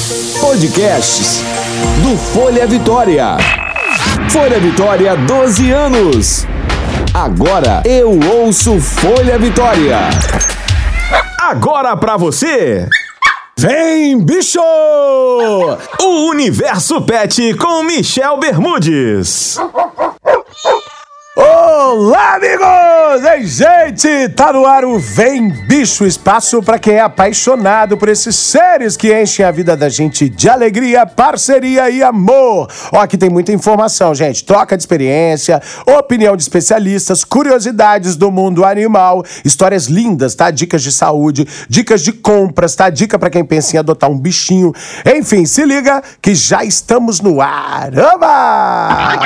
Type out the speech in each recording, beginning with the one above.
Podcasts do Folha Vitória. Folha Vitória, 12 anos. Agora eu ouço Folha Vitória. Agora pra você. Vem, bicho! O Universo Pet com Michel Bermudes. Olá, amigos! Ei, gente! Tá no ar o Vem Bicho, espaço pra quem é apaixonado por esses seres que enchem a vida da gente de alegria, parceria e amor. Ó, aqui tem muita informação, gente. Troca de experiência, opinião de especialistas, curiosidades do mundo animal, histórias lindas, tá? Dicas de saúde, dicas de compras, tá? Dica pra quem pensa em adotar um bichinho. Enfim, se liga que já estamos no ar. Ama!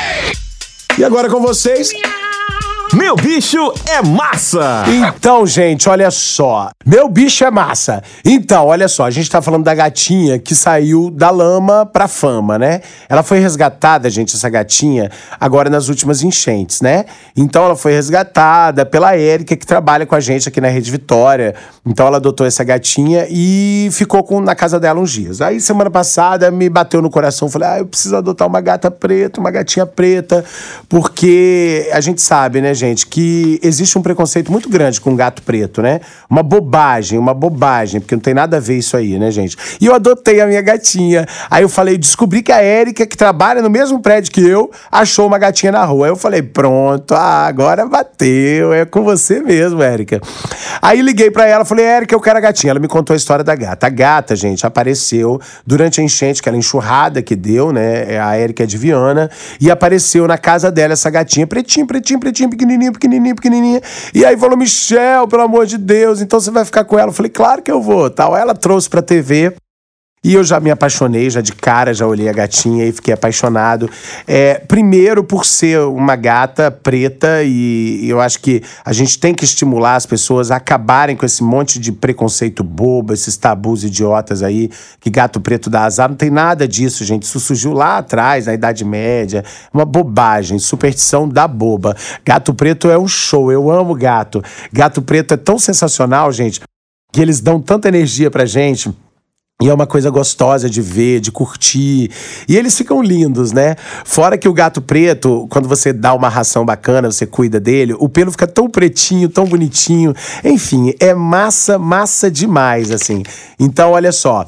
E agora com vocês... Meu bicho é massa! Então, gente, olha só. Meu bicho é massa. Então, olha só, a gente tá falando da gatinha que saiu da lama pra fama, né? Ela foi resgatada, gente, essa gatinha, agora nas últimas enchentes, né? Então, ela foi resgatada pela Érica, que trabalha com a gente aqui na Rede Vitória. Então, ela adotou essa gatinha e ficou na casa dela uns dias. Aí, semana passada, me bateu no coração. Falei, eu preciso adotar uma gata preta, uma gatinha preta, porque a gente sabe, né, gente, que existe um preconceito muito grande com gato preto, né? Uma bobagem, porque não tem nada a ver isso aí, né, gente? E eu adotei a minha gatinha. Aí eu falei, descobri que a Érica, que trabalha no mesmo prédio que eu, achou uma gatinha na rua. Aí eu falei, pronto, agora bateu, é com você mesmo, Érica. Aí liguei pra ela, falei, Érica, eu quero a gatinha. Ela me contou a história da gata. A gata, gente, apareceu durante a enchente, aquela enxurrada que deu, né? A Érica é de Viana, e apareceu na casa dela essa gatinha, pretinho, pequenininha. E aí falou, Michel, pelo amor de Deus, então você vai ficar com ela? Eu falei, claro que eu vou, tal. Ela trouxe pra TV. E eu já me apaixonei, já de cara, já olhei a gatinha e fiquei apaixonado. Primeiro por ser uma gata preta, e eu acho que a gente tem que estimular as pessoas a acabarem com esse monte de preconceito bobo, esses tabus idiotas aí, que gato preto dá azar. Não tem nada disso, gente. Isso surgiu lá atrás, na Idade Média. Uma bobagem, superstição da boba. Gato preto é um show, eu amo gato. Gato preto é tão sensacional, gente, que eles dão tanta energia pra gente. E é uma coisa gostosa de ver, de curtir. E eles ficam lindos, né? Fora que o gato preto, quando você dá uma ração bacana, você cuida dele, o pelo fica tão pretinho, tão bonitinho. Enfim, é massa demais, assim. Então, olha só,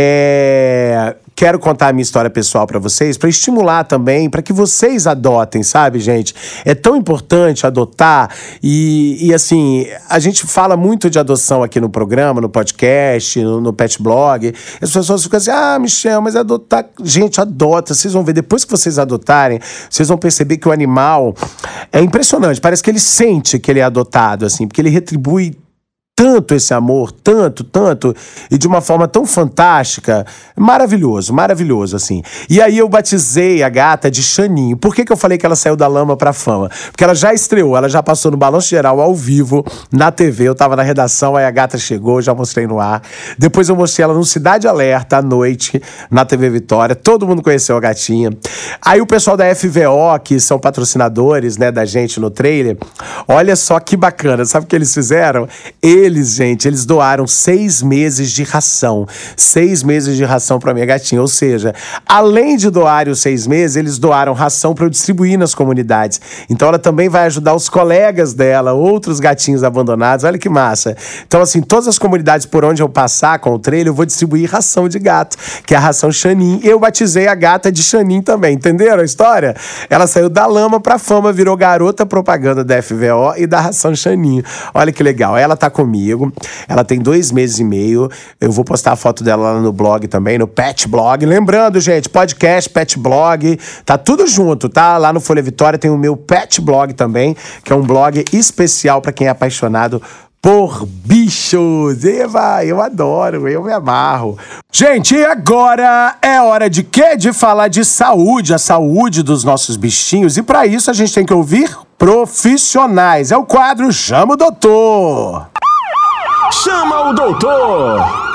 quero contar a minha história pessoal pra vocês, pra estimular também, pra que vocês adotem, sabe, gente? É tão importante adotar e assim, a gente fala muito de adoção aqui no programa, no podcast, no Pet Blog. As pessoas ficam assim, Michel, mas adotar... Gente, adota, vocês vão ver. Depois que vocês adotarem, vocês vão perceber que o animal é impressionante. Parece que ele sente que ele é adotado, assim, porque ele retribui tanto esse amor, tanto, e de uma forma tão fantástica, maravilhoso, assim. E aí eu batizei a gata de Xaninho. Por que eu falei que ela saiu da lama pra fama? Porque ela já estreou, ela já passou no Balanço Geral ao vivo, na TV, eu tava na redação, aí a gata chegou, já mostrei no ar. Depois eu mostrei ela no Cidade Alerta, à noite, na TV Vitória, todo mundo conheceu a gatinha. Aí o pessoal da FVO, que são patrocinadores, né, da gente no trailer, olha só que bacana, sabe o que eles fizeram? Eles doaram 6 meses de ração. 6 meses de ração pra minha gatinha. Ou seja, além de doarem os 6 meses, eles doaram ração pra eu distribuir nas comunidades. Então ela também vai ajudar os colegas dela, outros gatinhos abandonados. Olha que massa. Então, assim, todas as comunidades por onde eu passar com o trailer, eu vou distribuir ração de gato, que é a ração Xanin. Eu batizei a gata de Xanin também. Entenderam a história? Ela saiu da lama pra fama, virou garota propaganda da FVO e da ração Xanin. Olha que legal. Ela tá comigo. Ela tem 2 meses e meio. Eu vou postar a foto dela lá no blog também, no Pet Blog. Lembrando, gente, podcast, Pet Blog, tá tudo junto, tá? Lá no Folha Vitória tem o meu Pet Blog também, que é um blog especial pra quem é apaixonado por bichos. Eva, eu adoro, eu me amarro. Gente, e agora é hora de quê? De falar de saúde, a saúde dos nossos bichinhos. E pra isso a gente tem que ouvir profissionais. É o quadro Chama o Doutor. Chama o Doutor!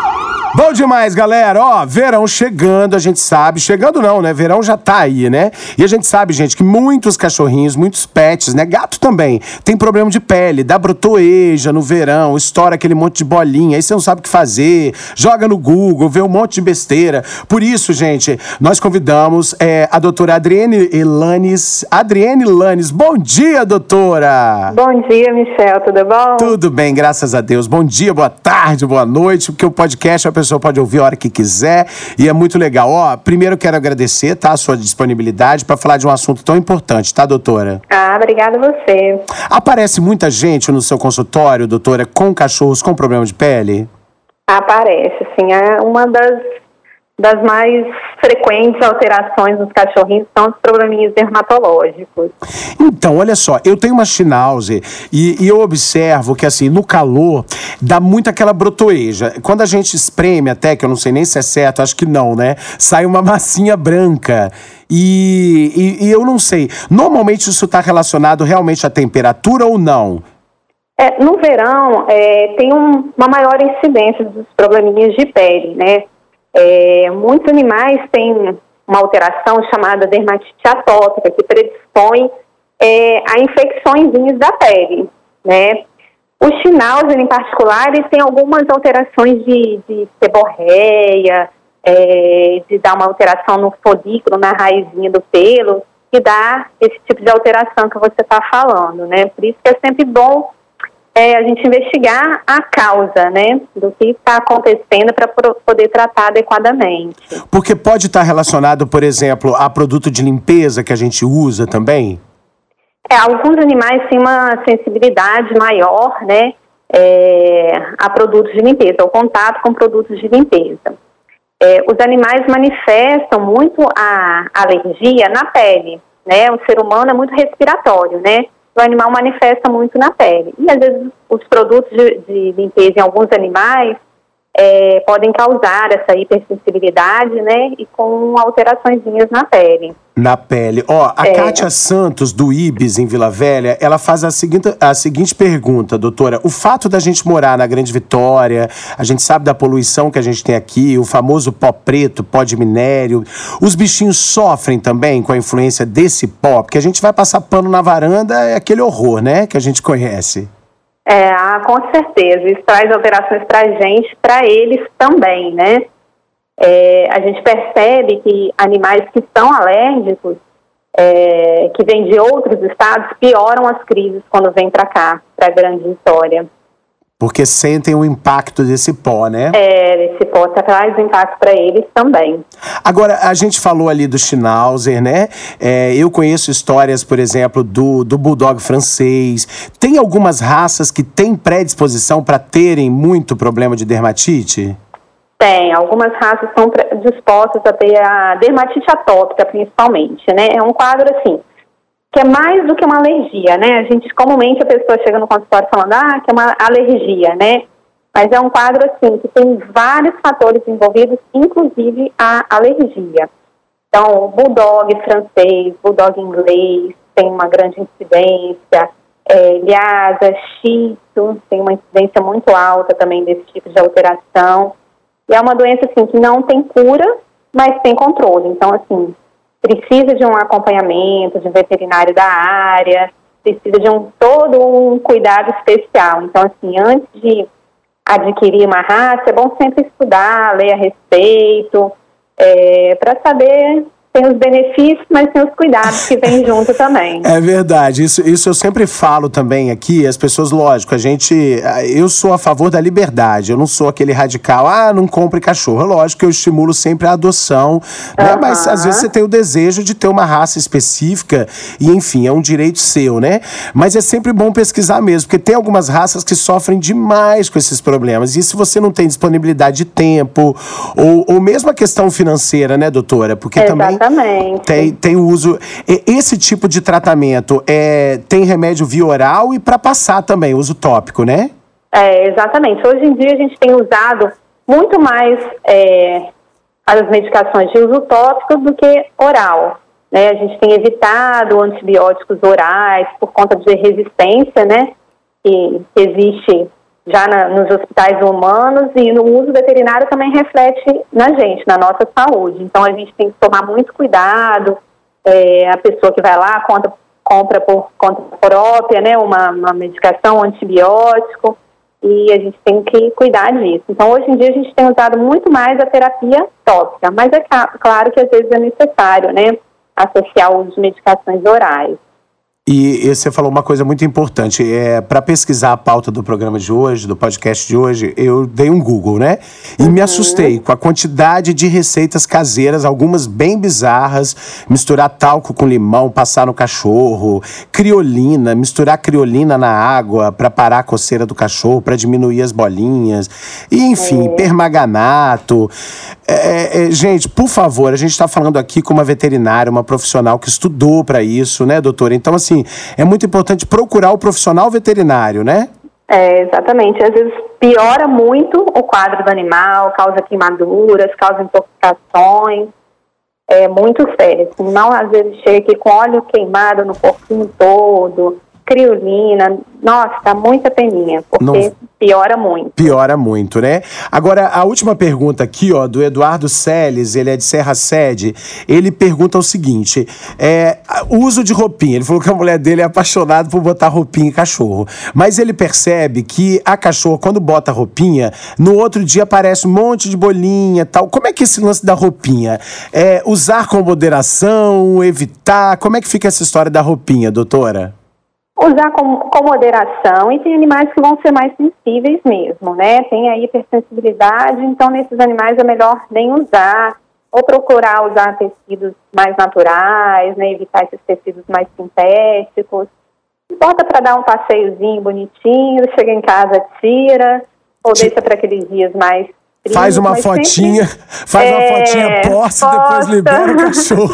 Bom demais, galera. Ó, verão chegando, a gente sabe. Chegando não, né? Verão já tá aí, né? E a gente sabe, gente, que muitos cachorrinhos, muitos pets, né? Gato também, tem problema de pele, dá brotoeja no verão, estoura aquele monte de bolinha, aí você não sabe o que fazer, joga no Google, vê um monte de besteira. Por isso, gente, nós convidamos a doutora Adriene Lanes. Adriene Lanes, bom dia, doutora! Bom dia, Michel, tudo bom? Tudo bem, graças a Deus. Bom dia, boa tarde, boa noite, porque o podcast a pessoa pode ouvir a hora que quiser e é muito legal. Ó, primeiro eu quero agradecer, tá, a sua disponibilidade para falar de um assunto tão importante, tá, doutora? Obrigada a você. Aparece muita gente no seu consultório, doutora, com cachorros com problema de pele? Aparece, sim. É uma das mais frequentes alterações nos cachorrinhos são os probleminhas dermatológicos. Então, olha só, eu tenho uma Schnauzer e eu observo que, assim, no calor, dá muito aquela brotoeja. Quando a gente espreme até, que eu não sei nem se é certo, acho que não, né? Sai uma massinha branca. E eu não sei, normalmente isso está relacionado realmente à temperatura ou não? No verão, tem uma maior incidência dos probleminhas de pele, né? Muitos animais têm uma alteração chamada dermatite atópica, que predispõe a infecçõezinhas da pele, né? O Schnauzer, em particular, ele tem algumas alterações de seborreia, de dar uma alteração no folículo, na raizinha do pelo, que dá esse tipo de alteração que você está falando, né? Por isso que é sempre bom a gente investigar a causa, né, do que está acontecendo para poder tratar adequadamente. Porque pode estar relacionado, por exemplo, a produto de limpeza que a gente usa também? Alguns animais têm uma sensibilidade maior, né, a produtos de limpeza, ao contato com produtos de limpeza. Os animais manifestam muito a alergia na pele, né, o ser humano é muito respiratório, né, o animal manifesta muito na pele. E, às vezes, os produtos de limpeza em alguns animais podem causar essa hipersensibilidade, né? E com alteraçõezinhas na pele. Na pele. Ó, a Kátia Santos, do Ibis, em Vila Velha, ela faz a seguinte pergunta, doutora. O fato da gente morar na Grande Vitória, a gente sabe da poluição que a gente tem aqui, o famoso pó preto, pó de minério, os bichinhos sofrem também com a influência desse pó? Porque a gente vai passar pano na varanda, é aquele horror, né, que a gente conhece. Com certeza. Isso traz alterações para a gente, para eles também, né? A gente percebe que animais que são alérgicos, que vêm de outros estados, pioram as crises quando vêm para cá, para a Grande Vitória. Porque sentem o impacto desse pó, né? Esse pó traz impacto para eles também. Agora, a gente falou ali do Schnauzer, né? Eu conheço histórias, por exemplo, do Bulldog francês. Tem algumas raças que têm predisposição para terem muito problema de dermatite? Tem. Algumas raças são dispostas a ter a dermatite atópica, principalmente, né? É um quadro, assim, que é mais do que uma alergia, né? A pessoa chega no consultório falando, que é uma alergia, né? Mas é um quadro, assim, que tem vários fatores envolvidos, inclusive a alergia. Então, o Bulldog francês, Bulldog inglês, tem uma grande incidência, Lhasa, Shih Tzu, tem uma incidência muito alta também desse tipo de alteração. E é uma doença, assim, que não tem cura, mas tem controle. Então, assim, precisa de um acompanhamento de um veterinário da área, precisa de todo um cuidado especial. Então, assim, antes de adquirir uma raça, é bom sempre estudar, ler a respeito, para saber, tem os benefícios, mas tem os cuidados que vêm junto também. É verdade, isso eu sempre falo também aqui, as pessoas, lógico, eu sou a favor da liberdade, eu não sou aquele radical, não compre cachorro, lógico que eu estimulo sempre a adoção, né? Mas às vezes você tem o desejo de ter uma raça específica e, enfim, é um direito seu, né? Mas é sempre bom pesquisar mesmo, porque tem algumas raças que sofrem demais com esses problemas, e se você não tem disponibilidade de tempo, ou mesmo a questão financeira, né, doutora? Porque também tem o uso. Esse tipo de tratamento tem remédio via oral e para passar também, uso tópico, né? Exatamente. Hoje em dia a gente tem usado muito mais as medicações de uso tópico do que oral, né? A gente tem evitado antibióticos orais por conta de resistência, né? Que existe nos hospitais humanos, e no uso veterinário também reflete na gente, na nossa saúde. Então a gente tem que tomar muito cuidado, a pessoa que vai lá compra por conta própria, né, uma medicação, um antibiótico, e a gente tem que cuidar disso. Então hoje em dia a gente tem usado muito mais a terapia tópica, mas é claro que às vezes é necessário, né, associar o uso de medicações orais. E você falou uma coisa muito importante, para pesquisar a pauta do programa de hoje, do podcast de hoje, eu dei um Google, né? E me assustei com a quantidade de receitas caseiras, algumas bem bizarras, misturar talco com limão, passar no cachorro, criolina, misturar criolina na água para parar a coceira do cachorro, para diminuir as bolinhas, e, enfim, permanganato. Gente, por favor, a gente está falando aqui com uma veterinária, uma profissional que estudou para isso, né, doutora? Então, assim, é muito importante procurar o profissional veterinário, né? Exatamente. Às vezes piora muito o quadro do animal, causa queimaduras, causa intoxicações. É muito sério. O animal, às vezes, chega aqui com óleo queimado no corpinho todo, criolina. Nossa, dá muita peninha, porque piora muito. Piora muito, né? Agora, a última pergunta aqui, ó, do Eduardo Celes, ele é de Serra Sede, ele pergunta o seguinte, o uso de roupinha. Ele falou que a mulher dele é apaixonada por botar roupinha em cachorro, mas ele percebe que a cachorra, quando bota roupinha, no outro dia aparece um monte de bolinha e tal. Como é que é esse lance da roupinha? Usar com moderação, evitar? Como é que fica essa história da roupinha, doutora? Usar com moderação, e tem animais que vão ser mais sensíveis mesmo, né? Tem a hipersensibilidade, então nesses animais é melhor nem usar, ou procurar usar tecidos mais naturais, né? Evitar esses tecidos mais sintéticos. Bota para dar um passeiozinho bonitinho, chega em casa, tira, ou deixa para aqueles dias mais frios. Faz uma fotinha, posta, depois libera o cachorro.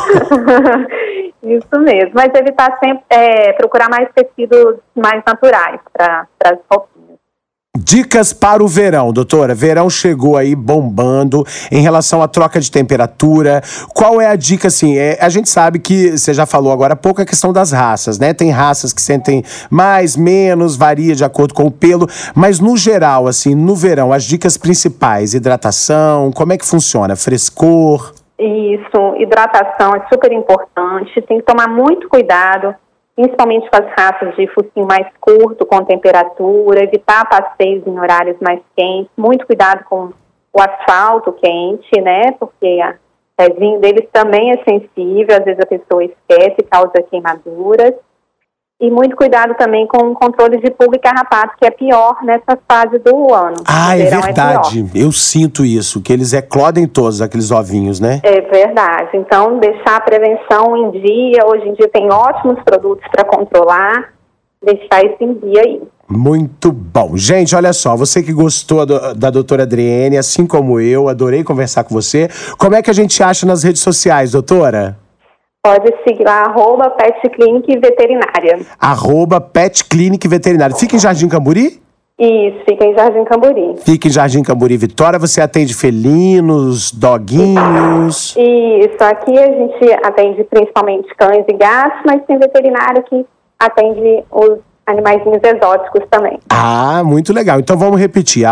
Isso mesmo, mas evitar sempre, procurar mais tecidos mais naturais para as roupinhas. Dicas para o verão, doutora. Verão chegou aí bombando em relação à troca de temperatura. Qual é a dica, assim? A gente sabe que, você já falou agora há pouco, a questão das raças, né? Tem raças que sentem mais, menos, varia de acordo com o pelo. Mas, no geral, assim, no verão, as dicas principais, hidratação, como é que funciona? Frescor? Isso, hidratação é super importante, tem que tomar muito cuidado, principalmente com as raças de focinho mais curto, com temperatura, evitar passeios em horários mais quentes, muito cuidado com o asfalto quente, né, porque o pezinho deles também é sensível, às vezes a pessoa esquece e causa queimaduras. E muito cuidado também com o controle de pulga e carrapato, que é pior nessa fase do ano. Ah, é verdade. Eu sinto isso, que eles eclodem todos aqueles ovinhos, né? É verdade. Então, deixar a prevenção em dia. Hoje em dia tem ótimos produtos para controlar. Deixar isso em dia aí. Muito bom. Gente, olha só, você que gostou da doutora Adriene, assim como eu, adorei conversar com você. Como é que a gente acha nas redes sociais, doutora? Pode seguir lá, @Pet Clinic Veterinária. @Pet Clinic Veterinária. Fica em Jardim Camburi? Isso, fica em Jardim Camburi. Fica em Jardim Camburi, Vitória. Você atende felinos, doguinhos? Isso, aqui a gente atende principalmente cães e gatos, mas tem veterinário que atende os animaizinhos exóticos também. Ah, muito legal. Então vamos repetir,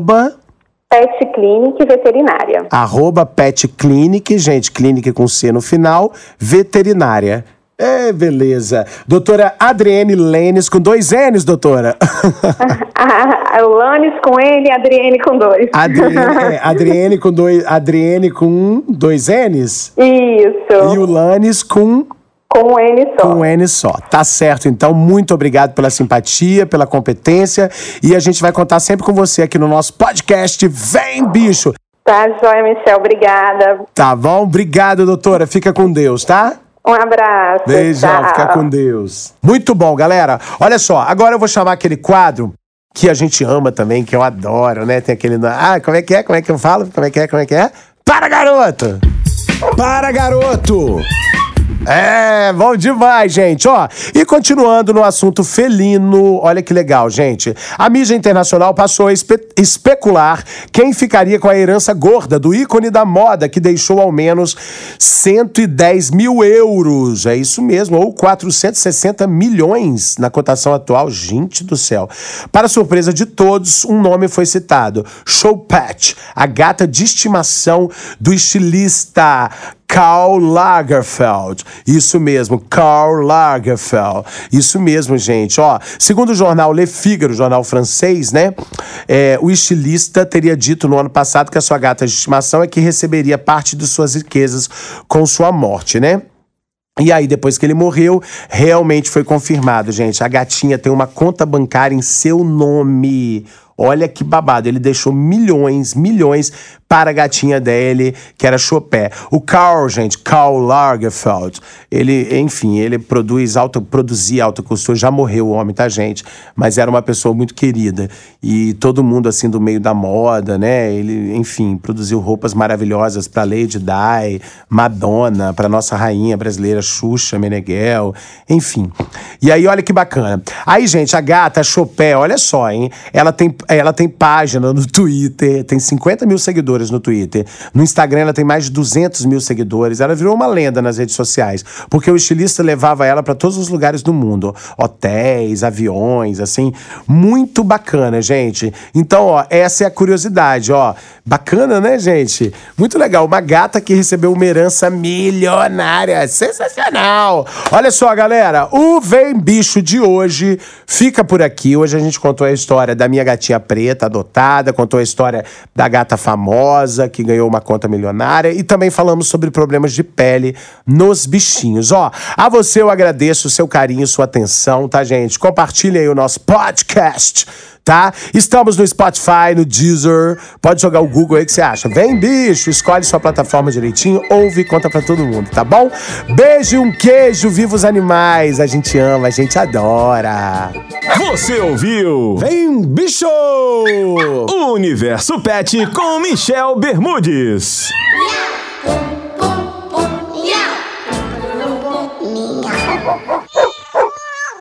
Pet Clinic Veterinária. @Pet Clinic, gente, clínica com C no final, veterinária. Beleza. Doutora Adriene Lenes, com 2 N's, doutora. Lanes com N, Adriene com 2. Adriene com 2 N's? Isso. E o Lanes com um N só. Com um N só. Tá certo, então. Muito obrigado pela simpatia, pela competência. E a gente vai contar sempre com você aqui no nosso podcast Vem Bicho. Tá, joia, Michel. Obrigada. Tá bom? Obrigado, doutora. Fica com Deus, tá? Um abraço. Beijão, tchau. Fica com Deus. Muito bom, galera. Olha só, agora eu vou chamar aquele quadro que a gente ama também, que eu adoro, né? Tem aquele... como é que é? Como é que eu falo? Como é que é? Para, garoto! Para, garoto! É, bom demais, gente, ó. E continuando no assunto felino, olha que legal, gente. A mídia internacional passou a especular quem ficaria com a herança gorda do ícone da moda, que deixou ao menos 110 mil euros. É isso mesmo, ou 460 milhões na cotação atual. Gente do céu. Para surpresa de todos, um nome foi citado. Chopet, a gata de estimação do estilista Karl Lagerfeld. Isso mesmo, Karl Lagerfeld. Isso mesmo, gente. Ó, segundo o jornal Le Figaro, jornal francês, né? O estilista teria dito no ano passado que a sua gata de estimação é que receberia parte de suas riquezas com sua morte, né? E aí, depois que ele morreu, realmente foi confirmado, gente. A gatinha tem uma conta bancária em seu nome. Olha que babado, ele deixou milhões para a gatinha dele, que era Chopin. O Karl, gente, Karl Lagerfeld, ele produzia alta costura, já morreu o homem, tá, gente? Mas era uma pessoa muito querida. E todo mundo, assim, do meio da moda, né? Ele, enfim, produziu roupas maravilhosas para Lady Di, Madonna, para nossa rainha brasileira, Xuxa Meneghel, enfim. E aí, olha que bacana. Aí, gente, a gata, a Chopin, olha só, hein? Ela tem página no Twitter, tem 50 mil seguidores no Twitter. No Instagram ela tem mais de 200 mil seguidores. Ela virou uma lenda nas redes sociais, porque o estilista levava ela para todos os lugares do mundo. Hotéis, aviões, assim. Muito bacana, gente. Então, ó, essa é a curiosidade, ó. Bacana, né, gente? Muito legal. Uma gata que recebeu uma herança milionária. Sensacional! Olha só, galera. O Vem Bicho de hoje fica por aqui. Hoje a gente contou a história da minha gatinha preta adotada, contou a história da gata famosa que ganhou uma conta milionária e também falamos sobre problemas de pele nos bichinhos. Ó, a você eu agradeço o seu carinho, sua atenção, tá, gente? Compartilhe aí o nosso podcast, tá? Estamos no Spotify, no Deezer, pode jogar o Google aí que você acha. Vem Bicho, escolhe sua plataforma direitinho, ouve e conta pra todo mundo, tá bom? Beijo e um queijo, viva os animais, a gente ama, a gente adora. Você ouviu? Vem Bicho! O Universo Pet com Michel Bermudes.